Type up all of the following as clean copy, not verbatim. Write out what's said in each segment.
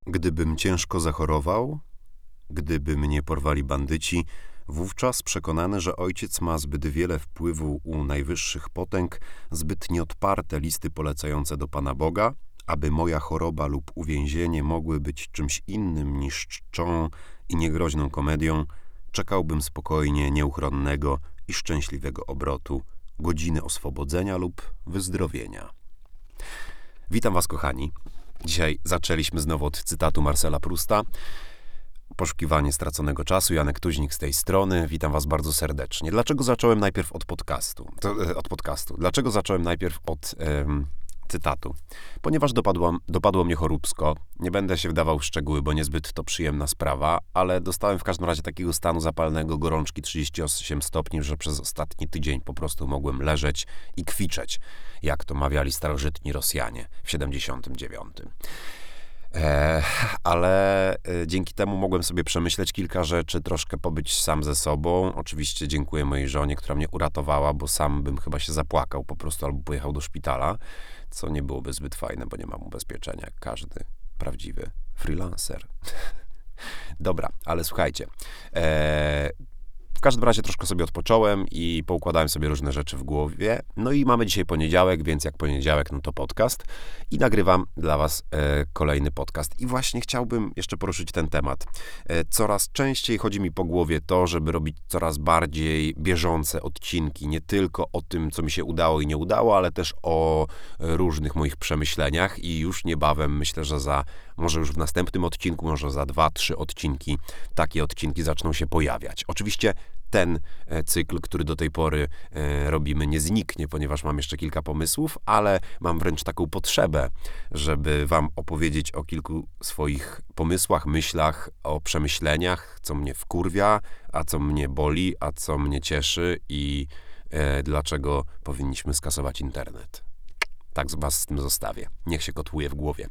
Gdybym ciężko zachorował, gdyby mnie porwali bandyci, wówczas przekonany, że ojciec ma zbyt wiele wpływu u najwyższych potęg, zbyt nieodparte listy polecające do Pana Boga, aby moja choroba lub uwięzienie mogły być czymś innym niż czczą i niegroźną komedią, czekałbym spokojnie nieuchronnego i szczęśliwego obrotu, godziny oswobodzenia lub wyzdrowienia. Witam Was, kochani. Dzisiaj zaczęliśmy znowu od cytatu Marcela Prousta. Poszukiwanie straconego czasu. Janek Tuźnik z tej strony. Witam Was bardzo serdecznie. Dlaczego zacząłem najpierw od podcastu? Dlaczego zacząłem najpierw od cytatu? Ponieważ dopadło mnie choróbsko. Nie będę się wdawał w szczegóły, bo niezbyt to przyjemna sprawa, ale dostałem w każdym razie takiego stanu zapalnego, gorączki 38 stopni, że przez ostatni tydzień po prostu mogłem leżeć i kwiczeć, jak to mawiali starożytni Rosjanie w 79. Ale dzięki temu mogłem sobie przemyśleć kilka rzeczy, troszkę pobyć sam ze sobą. Oczywiście dziękuję mojej żonie, która mnie uratowała, bo sam bym chyba się zapłakał po prostu albo pojechał do szpitala, co nie byłoby zbyt fajne, bo nie mam ubezpieczenia, jak każdy prawdziwy freelancer. Dobra, ale słuchajcie. W każdym razie troszkę sobie odpocząłem i poukładałem sobie różne rzeczy w głowie. No i mamy dzisiaj poniedziałek, więc jak poniedziałek, no to podcast. I nagrywam dla Was kolejny podcast. I właśnie chciałbym jeszcze poruszyć ten temat. Coraz częściej chodzi mi po głowie to, żeby robić coraz bardziej bieżące odcinki. Nie tylko o tym, co mi się udało i nie udało, ale też o różnych moich przemyśleniach. I już niebawem, myślę, że może już w następnym odcinku, może za 2-3 odcinki, takie odcinki zaczną się pojawiać. Oczywiście ten cykl, który do tej pory robimy, nie zniknie, ponieważ mam jeszcze kilka pomysłów, ale mam wręcz taką potrzebę, żeby Wam opowiedzieć o kilku swoich pomysłach, myślach, o przemyśleniach, co mnie wkurwia, a co mnie boli, a co mnie cieszy i dlaczego powinniśmy skasować internet. Tak Was z tym zostawię. Niech się kotłuje w głowie.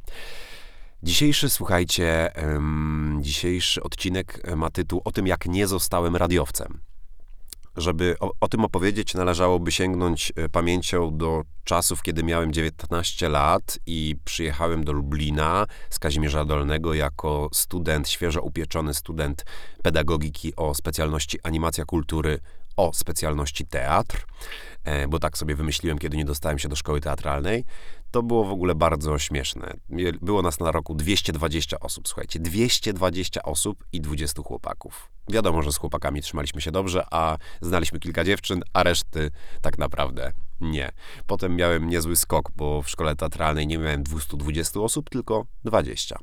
Dzisiejszy odcinek ma tytuł o tym, jak nie zostałem radiowcem. Żeby o tym opowiedzieć, należałoby sięgnąć pamięcią do czasów, kiedy miałem 19 lat i przyjechałem do Lublina z Kazimierza Dolnego jako student, świeżo upieczony student pedagogiki o specjalności animacja kultury, o specjalności teatr, bo tak sobie wymyśliłem, kiedy nie dostałem się do szkoły teatralnej. To było w ogóle bardzo śmieszne. Było nas na roku 220 osób, słuchajcie, 220 osób i 20 chłopaków. Wiadomo, że z chłopakami trzymaliśmy się dobrze, a znaliśmy kilka dziewczyn, a reszty tak naprawdę nie. Potem miałem niezły skok, bo w szkole teatralnej nie miałem 220 osób, tylko 20.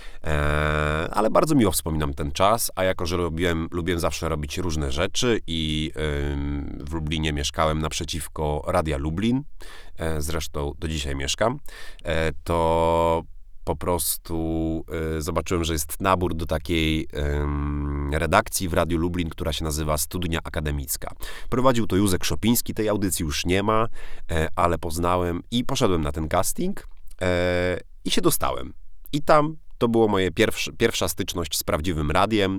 Ale bardzo miło wspominam ten czas, a jako, że lubiłem zawsze robić różne rzeczy i w Lublinie mieszkałem naprzeciwko Radia Lublin, zresztą do dzisiaj mieszkam, to po prostu zobaczyłem, że jest nabór do takiej redakcji w Radiu Lublin, która się nazywa Studnia Akademicka. Prowadził to Józek Szopiński, tej audycji już nie ma, ale poznałem i poszedłem na ten casting i się dostałem. I tam to było moje pierwsza styczność z prawdziwym radiem,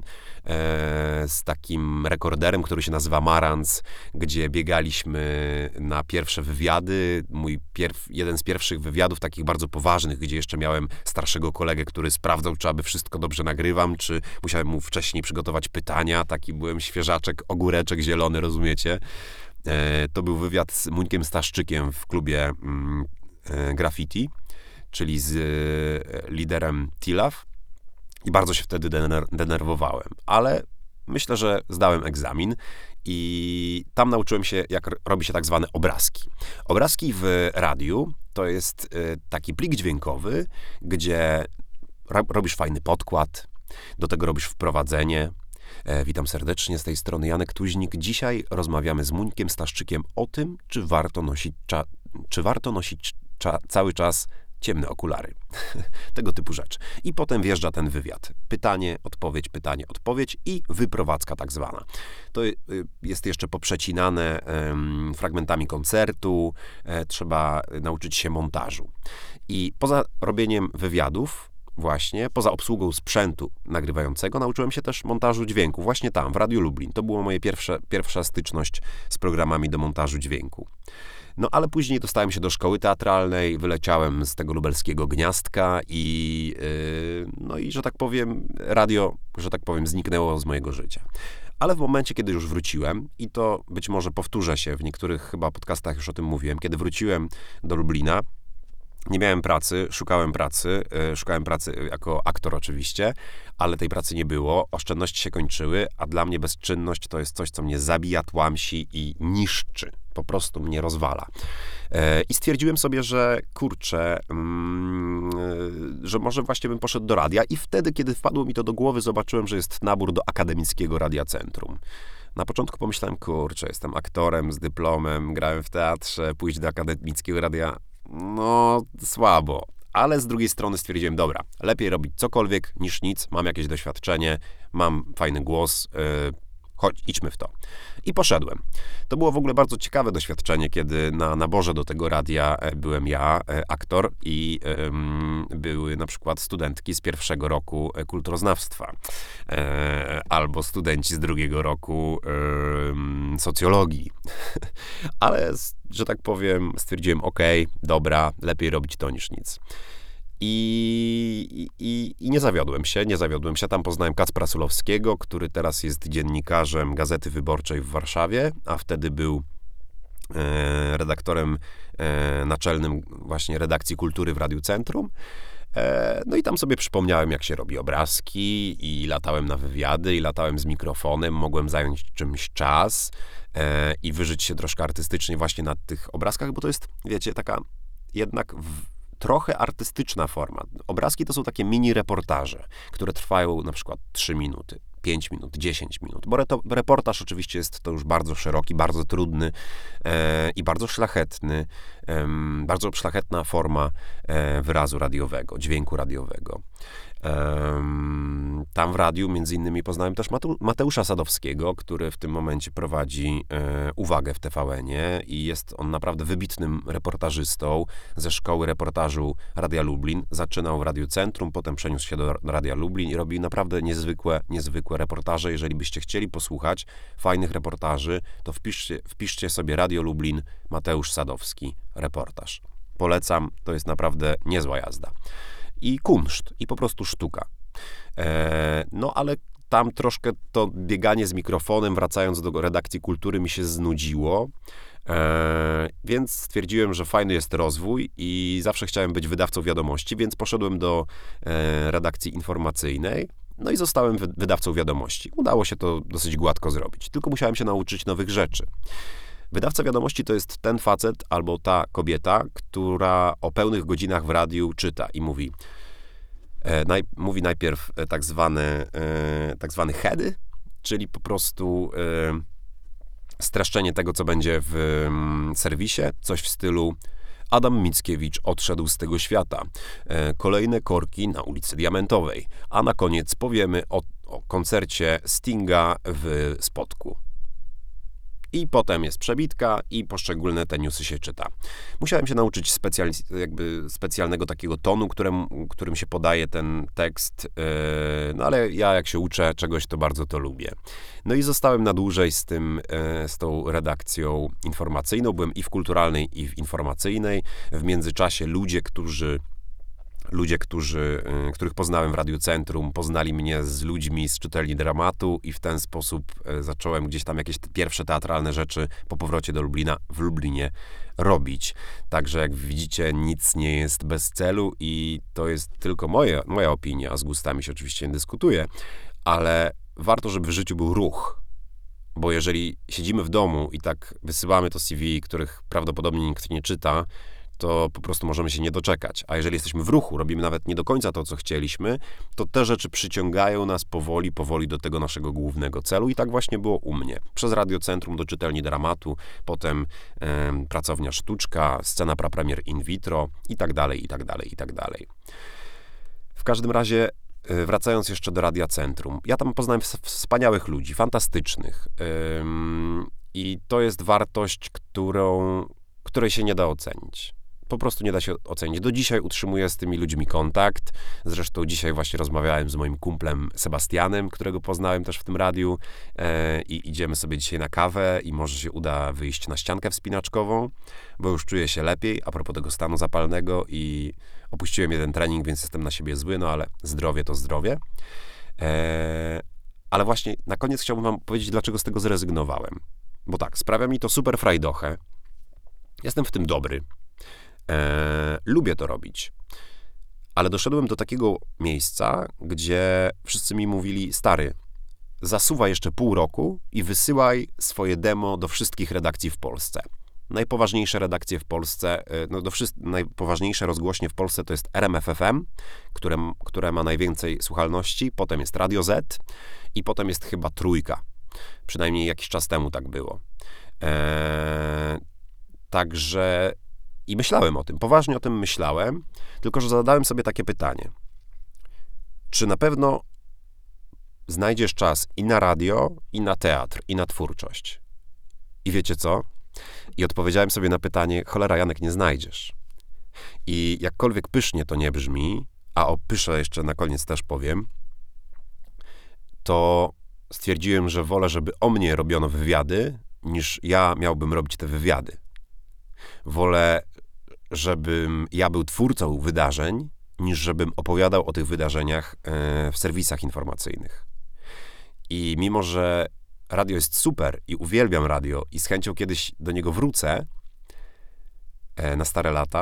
z takim rekorderem, który się nazywa Marantz, gdzie biegaliśmy na pierwsze wywiady. Jeden z pierwszych wywiadów, takich bardzo poważnych, gdzie jeszcze miałem starszego kolegę, który sprawdzał, czy aby wszystko dobrze nagrywam, czy musiałem mu wcześniej przygotować pytania. Taki byłem świeżaczek, ogóreczek zielony, rozumiecie? To był wywiad z Muńkiem Staszczykiem w klubie Graffiti, czyli z liderem TILAF i bardzo się wtedy denerwowałem, ale myślę, że zdałem egzamin i tam nauczyłem się, jak robi się tak zwane obrazki. Obrazki w radiu to jest taki plik dźwiękowy, gdzie robisz fajny podkład, do tego robisz wprowadzenie. Witam serdecznie z tej strony Janek Tuźnik. Dzisiaj rozmawiamy z Muńkiem Staszczykiem o tym, czy warto nosić cały czas ciemne okulary. Tego typu rzecz. I potem wjeżdża ten wywiad. Pytanie, odpowiedź i wyprowadzka tak zwana. To jest jeszcze poprzecinane fragmentami koncertu. Trzeba nauczyć się montażu. I poza robieniem wywiadów, właśnie, poza obsługą sprzętu nagrywającego, nauczyłem się też montażu dźwięku. Właśnie tam, w Radiu Lublin. To była moja pierwsza styczność z programami do montażu dźwięku. No ale później dostałem się do szkoły teatralnej, wyleciałem z tego lubelskiego gniazdka no i, że tak powiem, radio, że tak powiem, zniknęło z mojego życia. Ale w momencie, kiedy już wróciłem, i to być może powtórzę się, w niektórych chyba podcastach już o tym mówiłem, kiedy wróciłem do Lublina, nie miałem pracy, szukałem pracy jako aktor oczywiście, ale tej pracy nie było, oszczędności się kończyły, a dla mnie bezczynność to jest coś, co mnie zabija, tłamsi i niszczy. Po prostu mnie rozwala. I stwierdziłem sobie, że kurczę, że może właśnie bym poszedł do radia i wtedy, kiedy wpadło mi to do głowy, zobaczyłem, że jest nabór do Akademickiego Radia Centrum. Na początku pomyślałem, kurczę, jestem aktorem z dyplomem, grałem w teatrze, pójść do Akademickiego Radia, no słabo. Ale z drugiej strony stwierdziłem, dobra, lepiej robić cokolwiek niż nic, mam jakieś doświadczenie, mam fajny głos, chodź, idźmy w to. I poszedłem. To było w ogóle bardzo ciekawe doświadczenie, kiedy na naborze do tego radia byłem ja, aktor, i były na przykład studentki z pierwszego roku kulturoznawstwa, albo studenci z drugiego roku socjologii. Ale, że tak powiem, stwierdziłem, okej, dobra, lepiej robić to niż nic. I nie zawiodłem się. Tam poznałem Kacpra Sulowskiego, który teraz jest dziennikarzem Gazety Wyborczej w Warszawie, a wtedy był redaktorem naczelnym właśnie redakcji kultury w Radiu Centrum. No i tam sobie przypomniałem, jak się robi obrazki, i latałem na wywiady, i latałem z mikrofonem, mogłem zająć czymś czas i wyżyć się troszkę artystycznie właśnie na tych obrazkach, bo to jest, wiecie, taka jednak trochę artystyczna forma. Obrazki to są takie mini reportaże, które trwają na przykład 3 minuty, 5 minut, 10 minut, bo reportaż oczywiście jest to już bardzo szeroki, bardzo trudny i bardzo szlachetny, bardzo szlachetna forma wyrazu radiowego, dźwięku radiowego. Tam w radiu między innymi poznałem też Mateusza Sadowskiego, który w tym momencie prowadzi Uwagę w TVN-ie i jest on naprawdę wybitnym reportażystą ze szkoły reportażu Radia Lublin. Zaczynał w Radiu Centrum, potem przeniósł się do Radia Lublin i robi naprawdę niezwykłe reportaże. Jeżeli byście chcieli posłuchać fajnych reportaży, to wpiszcie sobie Radio Lublin, Mateusz Sadowski, reportaż. Polecam, to jest naprawdę niezła jazda. I kunszt, i po prostu sztuka. No ale tam troszkę to bieganie z mikrofonem, wracając do redakcji kultury, mi się znudziło, więc stwierdziłem, że fajny jest rozwój i zawsze chciałem być wydawcą wiadomości, więc poszedłem do redakcji informacyjnej, no i zostałem wydawcą wiadomości. Udało się to dosyć gładko zrobić, tylko musiałem się nauczyć nowych rzeczy. Wydawca wiadomości to jest ten facet albo ta kobieta, która o pełnych godzinach w radiu czyta i mówi. Mówi najpierw tak zwany heady, czyli po prostu streszczenie tego, co będzie w serwisie, coś w stylu Adam Mickiewicz odszedł z tego świata, kolejne korki na ulicy Diamentowej, a na koniec powiemy o koncercie Stinga w Spodku. I potem jest przebitka i poszczególne te newsy się czyta. Musiałem się nauczyć specjalnego takiego tonu, którym się podaje ten tekst, no ale ja jak się uczę czegoś, to bardzo to lubię. No i zostałem na dłużej z tą redakcją informacyjną. Byłem i w kulturalnej, i w informacyjnej. W międzyczasie ludzie, których poznałem w Radiu Centrum, poznali mnie z ludźmi z czytelni dramatu i w ten sposób zacząłem gdzieś tam jakieś pierwsze teatralne rzeczy po powrocie do Lublina w Lublinie robić. Także jak widzicie, nic nie jest bez celu i to jest tylko moja opinia, a z gustami się oczywiście nie dyskutuje, ale warto, żeby w życiu był ruch. Bo jeżeli siedzimy w domu i tak wysyłamy to CV, których prawdopodobnie nikt nie czyta, to po prostu możemy się nie doczekać. A jeżeli jesteśmy w ruchu, robimy nawet nie do końca to, co chcieliśmy, to te rzeczy przyciągają nas powoli do tego naszego głównego celu. I tak właśnie było u mnie. Przez Radio Centrum do czytelni dramatu, potem pracownia sztuczka, scena prapremier in vitro i tak dalej, i tak dalej, i tak dalej. W każdym razie, wracając jeszcze do Radia Centrum, ja tam poznałem wspaniałych ludzi, fantastycznych. I to jest wartość, której się nie da ocenić. po prostu nie da się ocenić. Do dzisiaj utrzymuję z tymi ludźmi kontakt. Zresztą dzisiaj właśnie rozmawiałem z moim kumplem Sebastianem, którego poznałem też w tym radiu i idziemy sobie dzisiaj na kawę i może się uda wyjść na ściankę wspinaczkową, bo już czuję się lepiej a propos tego stanu zapalnego i opuściłem jeden trening, więc jestem na siebie zły, no ale zdrowie to zdrowie. Ale właśnie na koniec chciałbym wam powiedzieć, dlaczego z tego zrezygnowałem. Bo tak, sprawia mi to super frajdochę. Jestem w tym dobry. Lubię to robić. Ale doszedłem do takiego miejsca, gdzie wszyscy mi mówili, stary, zasuwaj jeszcze pół roku i wysyłaj swoje demo do wszystkich redakcji w Polsce. Najpoważniejsze redakcje w Polsce, najpoważniejsze rozgłośnie w Polsce to jest RMF FM, które ma najwięcej słuchalności, potem jest Radio Z i potem jest chyba Trójka. Przynajmniej jakiś czas temu tak było. Także i myślałem o tym, poważnie o tym myślałem, tylko że zadałem sobie takie pytanie. Czy na pewno znajdziesz czas i na radio, i na teatr, i na twórczość? I wiecie co? I odpowiedziałem sobie na pytanie, cholera Janek, nie znajdziesz. I jakkolwiek pysznie to nie brzmi, a o pysze jeszcze na koniec też powiem, to stwierdziłem, że wolę, żeby o mnie robiono wywiady, niż ja miałbym robić te wywiady. Wolę, żebym ja był twórcą wydarzeń, niż żebym opowiadał o tych wydarzeniach w serwisach informacyjnych. I mimo, że radio jest super i uwielbiam radio i z chęcią kiedyś do niego wrócę na stare lata,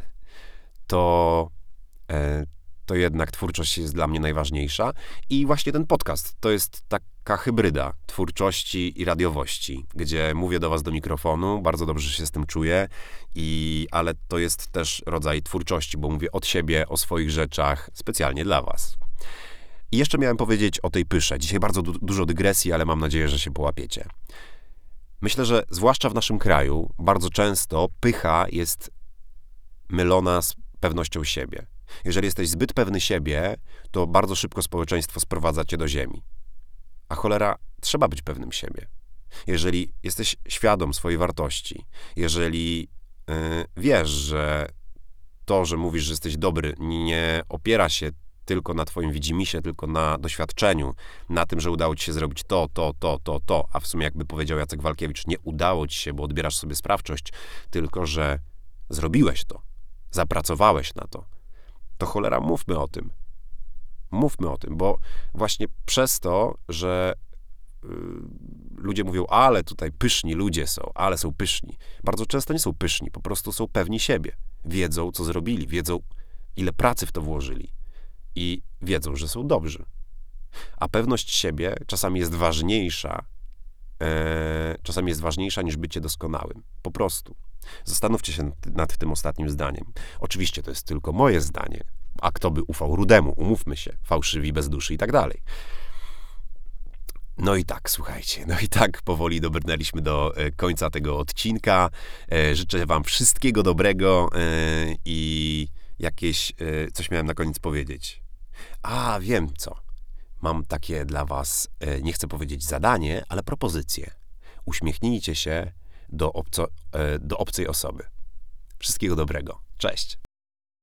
to jednak twórczość jest dla mnie najważniejsza. I właśnie ten podcast to jest taka hybryda twórczości i radiowości, gdzie mówię do was do mikrofonu, bardzo dobrze się z tym czuję, ale to jest też rodzaj twórczości, bo mówię od siebie, o swoich rzeczach, specjalnie dla was. I jeszcze miałem powiedzieć o tej pysze. Dzisiaj bardzo dużo dygresji, ale mam nadzieję, że się połapiecie. Myślę, że zwłaszcza w naszym kraju bardzo często pycha jest mylona z pewnością siebie. Jeżeli jesteś zbyt pewny siebie, to bardzo szybko społeczeństwo sprowadza cię do ziemi. A cholera, trzeba być pewnym siebie. Jeżeli jesteś świadom swojej wartości, jeżeli wiesz, że to, że mówisz, że jesteś dobry, nie opiera się tylko na twoim widzimisię, tylko na doświadczeniu, na tym, że udało ci się zrobić to, a w sumie jakby powiedział Jacek Walkiewicz, nie udało ci się, bo odbierasz sobie sprawczość, tylko że zrobiłeś to, zapracowałeś na to, to cholera, mówmy o tym. Mówmy o tym, bo właśnie przez to, że ludzie mówią, ale tutaj pyszni ludzie są, ale są pyszni. Bardzo często nie są pyszni, po prostu są pewni siebie. Wiedzą, co zrobili, wiedzą, ile pracy w to włożyli i wiedzą, że są dobrzy. A pewność siebie czasami jest ważniejsza niż bycie doskonałym. Po prostu. Zastanówcie się nad tym ostatnim zdaniem. Oczywiście to jest tylko moje zdanie. A kto by ufał Rudemu? Umówmy się. Fałszywi, bez duszy i tak dalej. No i tak, słuchajcie, powoli dobrnęliśmy do końca tego odcinka. Życzę wam wszystkiego dobrego i coś miałem na koniec powiedzieć. A, wiem co. Mam takie dla was, nie chcę powiedzieć zadanie, ale propozycję. Uśmiechnijcie się do obcej osoby. Wszystkiego dobrego. Cześć.